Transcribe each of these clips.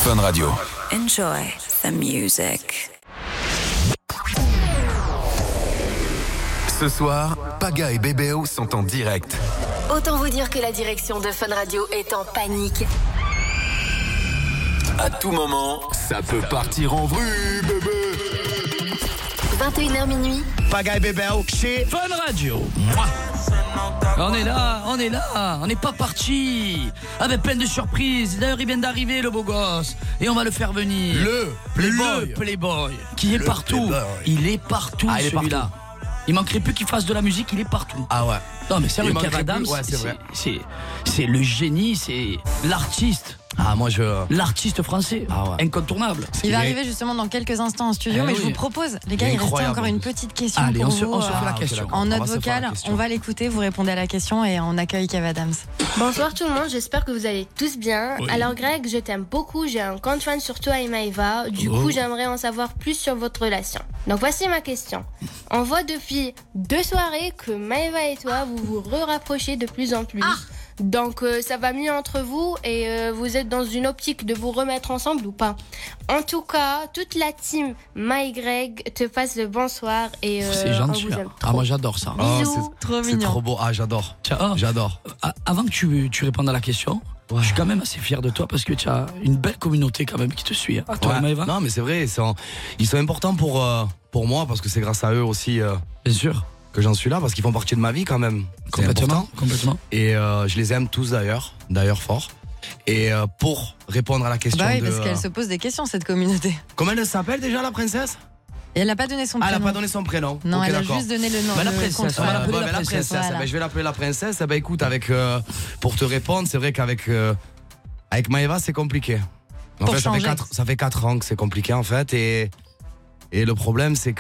Fun Radio. Enjoy the music. Ce soir, Paga et Bébéo sont en direct. Autant vous dire que la direction de Fun Radio est en panique. À tout moment, ça peut partir en vrille, bébé. 21h minuit. Paga et Bébéo chez Fun Radio. On est là, on n'est pas parti. Avec plein de surprises. D'ailleurs, il vient d'arriver, le beau gosse. Et on va le faire venir. le Playboy. Qui est partout. Playboy. Il est partout, il est celui-là. partout. Il manquerait plus qu'il fasse de la musique, il est partout. Ah ouais. Non, mais sérieux, Il Kev manquerait Adams, plus, ouais, c'est vrai. c'est le génie, c'est l'artiste. Ah, moi je. L'artiste français. Ah ouais. Incontournable. Il va arriver justement dans quelques instants en studio, mais je vous propose, les gars, il restait Incroyable. encore une petite question Allez, pour on se vous, fait la ok, question. d'accord. en On note va se faire la vocale. question. On va l'écouter, vous répondez à la question et on accueille Kev Adams. Bonsoir tout le monde, j'espère que vous allez tous bien. Oui. Alors Greg, je t'aime beaucoup, j'ai un compte fan sur toi et Maëva. Du coup, j'aimerais en savoir plus sur votre relation. Donc voici ma question. On voit depuis 2 soirées que Maëva et toi, vous vous rapprochez de plus en plus. Donc ça va mieux entre vous et vous êtes dans une optique de vous remettre ensemble ou pas. En tout cas, toute la team My Greg te passe le bonsoir et C'est on gentil. vous hein. aime Ah, trop. moi j'adore ça. Bisous. Trop C'est mignon. trop beau. Ah, j'adore. Tiens, oh, J'adore. avant que tu répondes à la question, je suis quand même assez fier de toi parce que tu as une belle communauté quand même qui te suit. Hein. Toi, Ouais. Maëva. Non, mais c'est vrai, ils sont importants pour moi parce que c'est grâce à eux aussi Bien sûr. que j'en suis là parce qu'ils font partie de ma vie quand même. C'est important. Complètement. Et je les aime tous d'ailleurs fort. Et pour répondre à la question Bah oui, de. parce qu'elle se pose des questions, cette communauté. Comment elle s'appelle déjà la princesse? Et elle n'a pas donné son Ah, elle prénom. n'a pas donné son prénom. Non, Ok, elle a d'accord. juste donné le nom. Bah, la le princesse, compte on va fan. l'appeler Bah, la la princesse. princesse. Voilà. Bah, je vais l'appeler la princesse. Bah écoute, pour te répondre, c'est vrai qu'avec Maëva, c'est compliqué. En Pour fait, changer. ça fait 4 ans que c'est compliqué en fait. Et le problème, c'est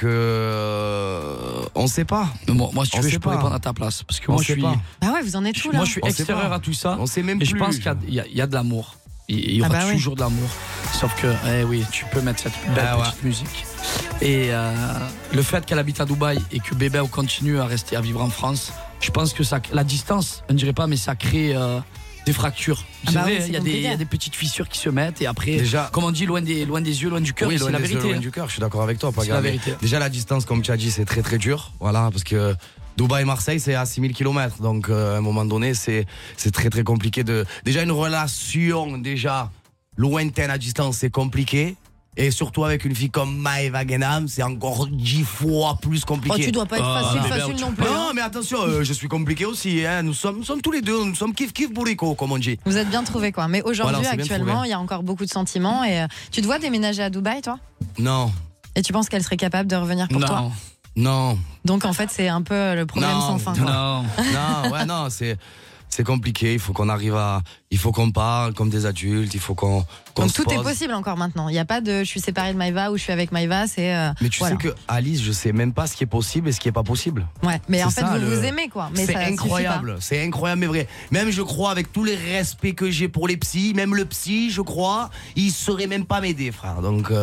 que on sait pas. Mais moi, si tu On veux, sait je peux pas. répondre à ta place. Parce que On moi, je sait suis, pas. Bah ouais, vous en êtes où là moi, je suis On sait extérieur pas. à tout ça. On sait même Et plus. je pense qu'il y a de l'amour. Il y aura Ah bah oui. toujours de l'amour. Sauf que, oui, tu peux mettre cette belle Ah ouais. petite musique. Et le fait qu'elle habite à Dubaï et que Bébé continue à rester à vivre en France, je pense que la distance, on ne dirait pas, mais ça crée des fractures. C'est bah vrai, oui, c'est il y a compliqué. des petites fissures qui se mettent et après, Déjà- comme on dit, loin des yeux, loin du cœur, Oui, c'est loin la des yeux, vérité. loin du cœur. Je suis d'accord avec toi. C'est la mais vérité. Déjà la distance, comme tu as dit, c'est très très dur. Voilà, parce que Dubaï-Marseille, c'est à 6000 km. Donc à un moment donné, c'est très très compliqué de. Déjà une relation lointaine à distance, c'est compliqué. Et surtout avec une fille comme Maëva Guénam, c'est encore 10 fois plus compliqué. Oh, tu dois pas être facile non plus. Non, hein. mais attention, je suis compliqué aussi. Hein. Nous sommes tous les deux, nous sommes kiff bourrico, comme on dit. Vous êtes bien trouvés quoi. Mais aujourd'hui, Voilà, on s'est bien actuellement, trouvés. il y a encore beaucoup de sentiments. Et tu te vois déménager à Dubaï, toi? Non, Et tu penses qu'elle serait capable de revenir pour toi? non. Donc en fait, c'est un peu le problème Non, sans fin. non. quoi. Non, c'est compliqué. Il faut il faut qu'on parle comme des adultes. Il faut qu'on Donc se tout est pose. possible encore maintenant. Il n'y a pas de je suis séparée de Maëva ou je suis avec Maëva. C'est. Mais tu voilà. sais que Alice, je sais même pas ce qui est possible et ce qui est pas possible. Ouais. Mais en c'est fait, ça, vous vous aimez quoi. Mais C'est ça suffit incroyable, c'est incroyable mais vrai. Même je crois avec tous les respects que j'ai pour les psys, même le psy, je crois, il saurait même pas m'aider, frère. Donc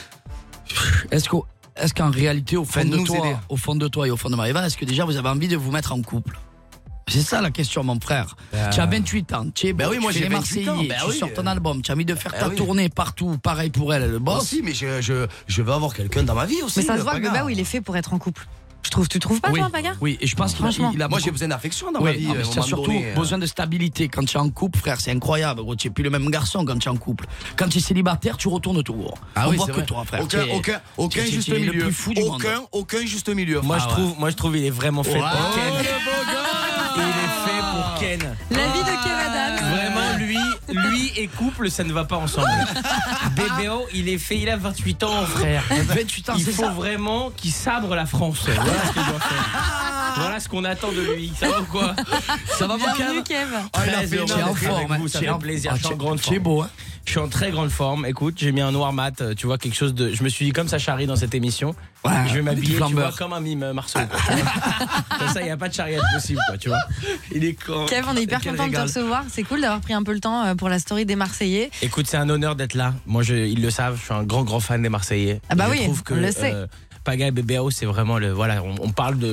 Est-ce qu'en réalité, au fond Faites-nous aider. de toi et au fond de Maëva, est-ce que déjà vous avez envie de vous mettre en couple? C'est ça la question, mon frère. Tu as 28 ans, tu es beau, Ben oui, moi, tu fais j'ai les 28 ans, Marseillais, ben tu oui. sors ton album, tu as envie de faire ta oui. tournée partout, pareil pour elle, le bon, boss. si, mais je veux avoir quelqu'un dans ma vie aussi. Mais ça se voit que Paga. Bébé, il est fait pour être en couple. Tu trouves pas Oui, toi, Paga? oui, et je pense qu'il Franchement. a Moi beaucoup- j'ai besoin d'affection dans Oui, ma vie. non, mais à un tu as moment surtout donné, besoin de stabilité. Quand tu es en couple, frère, c'est incroyable. Gros, tu n'es plus le même garçon quand tu es en couple. Quand tu es célibataire, tu retournes tout. Ah On oui, voit c'est que vrai. toi, frère. Aucun tu es juste le milieu. plus fou du monde. Aucun juste milieu. Moi, frère. je trouve il est vraiment fait pour Ken. Il est fait pour Ken. La vie de Kev Adams. Vraiment, lui et couple, ça ne va pas ensemble. Bébéo, il a 28 ans, frère. 28 ans, Il c'est faut ça. vraiment qu'il sabre la France. Voilà ce qu'il doit faire. Voilà ce qu'on attend de lui. Ça va ou quoi? Ça va, mon Bienvenue, Kev? Kev. Ah, il a Très fait heureux Tu es en d'être avec forme, vous, ça tu es fait en- plaisir. Ah, Je suis en tu- grande tu es forme. beau, hein? Je suis en très grande forme. Écoute, j'ai mis un noir mat, tu vois, quelque chose de. Je me suis dit, comme ça charrie dans cette émission, Ouais, je vais m'habiller, tu flambeur. vois, comme un mime Marceau. quoi, tu vois. Comme ça, il n'y a pas de charriette possible, quoi, tu vois. Il est con. Kev, on est hyper Quel content de te régal. recevoir. C'est cool d'avoir pris un peu le temps pour la story des Marseillais. Écoute, c'est un honneur d'être là. Moi, ils le savent, je suis un grand fan des Marseillais. Ah bah Je oui, trouve que, on le sait. Paga et Bébéo, c'est vraiment le. Voilà, on parle de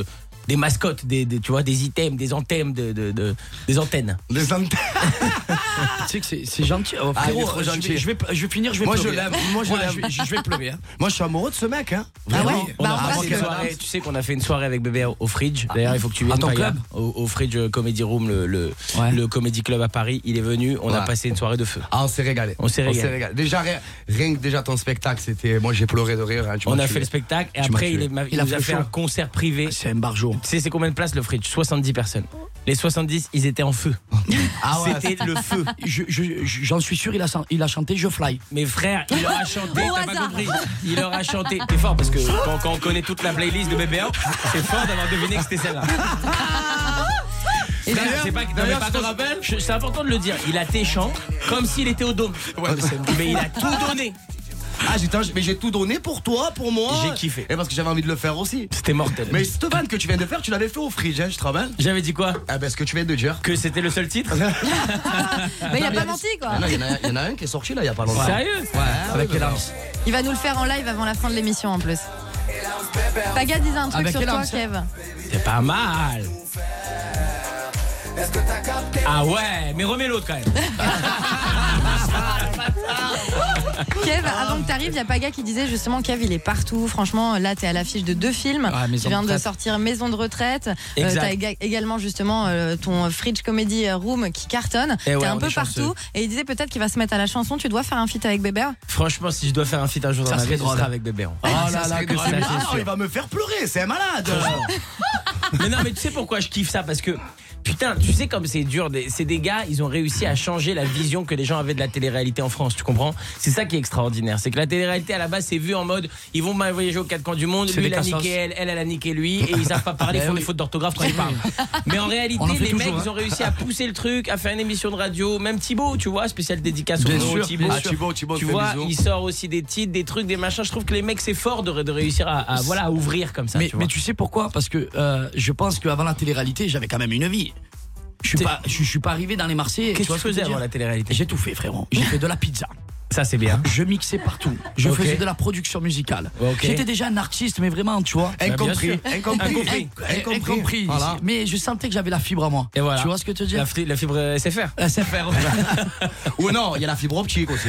des mascottes, tu vois, des items, des anthèmes, des antennes. Les antennes. Tu sais que c'est gentil. Oh, frérot, il est trop gentil. Je vais finir, je vais Moi, pleurer. je l'aime. Moi, je l'aime. Je vais pleurer. Hein. Moi, je suis amoureux de ce mec. Hein. Ah ouais. On a Bah, passé une soirée, tu sais qu'on a fait une soirée avec bébé au Fridge. D'ailleurs, il faut que tu viennes. À ton Paga, club au Fridge Comedy Room, le Comedy Club à Paris. Il est venu, on a passé une soirée de feu. Ah, on s'est régalé. On s'est régalé. Déjà, rien que déjà ton spectacle, c'était. Moi, j'ai pleuré de rire. Hein, on a fait le spectacle et après, il nous a fait un concert privé. C'est un barjo. Tu sais, c'est combien de places le Fridge? 70 personnes. Les 70, ils étaient en feu. Ah ouais, c'était le feu. J'en suis sûr, il a chanté Je Fly. Mes frères, il leur a chanté, Au t'as pas hasard. compris. Il leur a chanté. T'es fort parce que quand on connaît toute la playlist de BBO, c'est fort d'avoir deviné que c'était celle-là. C'est pas, non, mais par contre, c'est important de le dire. Il a tes chants comme s'il était au dôme. Mais il a tout donné. Ah, mais j'ai tout donné pour toi, pour moi. J'ai kiffé. Et parce que j'avais envie de le faire aussi. C'était mortel. Mais cette vanne que tu viens de faire, tu l'avais fait au Fridge, hein, je te rappelle. J'avais dit quoi? Ah, ben ce que tu viens de dire. Que c'était le seul titre. Mais il a pas menti quoi. Ah non, il y en a un qui est sorti là, il y a pas longtemps. Sérieux? Ouais, Avec ouais, Elams. Il va nous le faire en live avant la fin de l'émission en plus. Paga disait un truc Avec sur quel toi, âme, ça Kev. C'est pas mal. Ah ouais, mais remets l'autre quand même. Kev, avant que t'arrives, il y a Paga qui disait justement Kev, il est partout. Franchement, là, t'es à l'affiche de 2 films. Maison Tu viens de de retraite. sortir Maison de retraite. Exact. T'as également justement ton Fridge Comedy Room qui cartonne. Et T'es ouais, un on peu est chanceux. partout. Et il disait peut-être qu'il va se mettre à la chanson. Tu dois faire un feat avec Bébé. Franchement, si je dois faire un feat un jour dans Ça ma serait vie, ce drôle. sera avec Bébé. Oh là là, que drôle. c'est Ah, bien. c'est Ah non, sûr. il va me faire pleurer, c'est un malade. Mais non, mais tu sais pourquoi je kiffe ça? Parce que putain, tu sais comme c'est dur. C'est des gars, ils ont réussi à changer la vision que les gens avaient de la télé-réalité en France. Tu comprends? C'est ça qui est extraordinaire. C'est que la télé-réalité à la base, c'est vu en mode ils vont voyager aux 4 coins du monde. C'est Lui, des il a cassos. niqué elle a niqué lui. Et ils savent pas parler, ils font oui. des fautes d'orthographe quand ils parlent. Mais en réalité, On en fait les toujours, mecs, hein. ils ont réussi à pousser le truc, à faire une émission de radio. Même Thibaut, tu vois, spécial dédicace Bien au sûr, Thibaut. bien Ah, Thibaut, Tu fais vois, bisous. il sort aussi des titres, des trucs, des machins. Je trouve que les mecs, c'est fort de réussir à ouvrir comme ça. Mais, tu vois. mais tu sais pourquoi? Parce que je pense qu'avant la télé-réalité, j'avais quand même une vie. Je suis pas arrivé dans les Marseillais. Qu'est-ce que tu je veux faisais dire avant la télé-réalité? J'ai tout fait, frérot. J'ai fait de la pizza. Ça, c'est bien. Je mixais partout. Je Ok. faisais de la production musicale. Ok. J'étais déjà un artiste, mais vraiment, tu vois. Incompris. Incompris. Voilà. Mais je sentais que j'avais la fibre à moi. Et voilà. Tu vois ce que je te dis? La fibre SFR. SFR. Ou non, il y a la fibre optique aussi.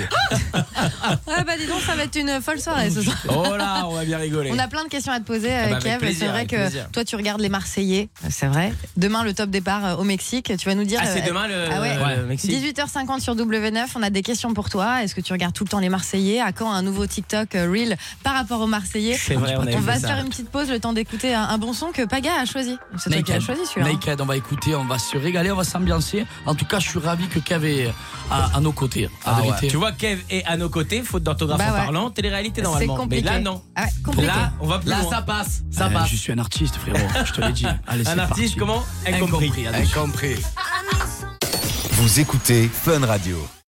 Ouais, bah dis donc, ça va être une folle soirée ce soir. Oh là, on va bien rigoler. On a plein de questions à te poser, bah, avec Kev. plaisir, C'est vrai avec que plaisir. toi, tu regardes les Marseillais, c'est vrai. Demain, le top départ au Mexique. Tu vas nous dire. Ah, c'est demain le, Ah ouais. le Mexique. 18h50 sur W9, on a des questions pour toi. Est-ce que tu regardes tout le temps les Marseillais? À quand un nouveau TikTok Reel par rapport aux Marseillais? C'est vrai, on a On vu va se ça. faire une petite pause, le temps d'écouter un bon son que Paga a choisi. C'est toi qui as choisi celui-là. hein. Naked, on va écouter, on va se régaler, on va s'ambiancer. En tout cas, je suis ravi que Kev est à nos côtés. À vérité. Tu vois, Kev est à nos côtés, faute d'orthographe Bah en ouais. parlant, télé-réalité C'est normalement. Mais compliqué. là, non. Ah ouais, compliqué. Là, on va plus Là, loin. ça passe. Ça Ouais, passe. je suis un artiste, frérot. Je te l'ai dit. Allez, c'est Un artiste, parti. comment? Incompris. Incompris. Incompris. Vous écoutez Fun Radio.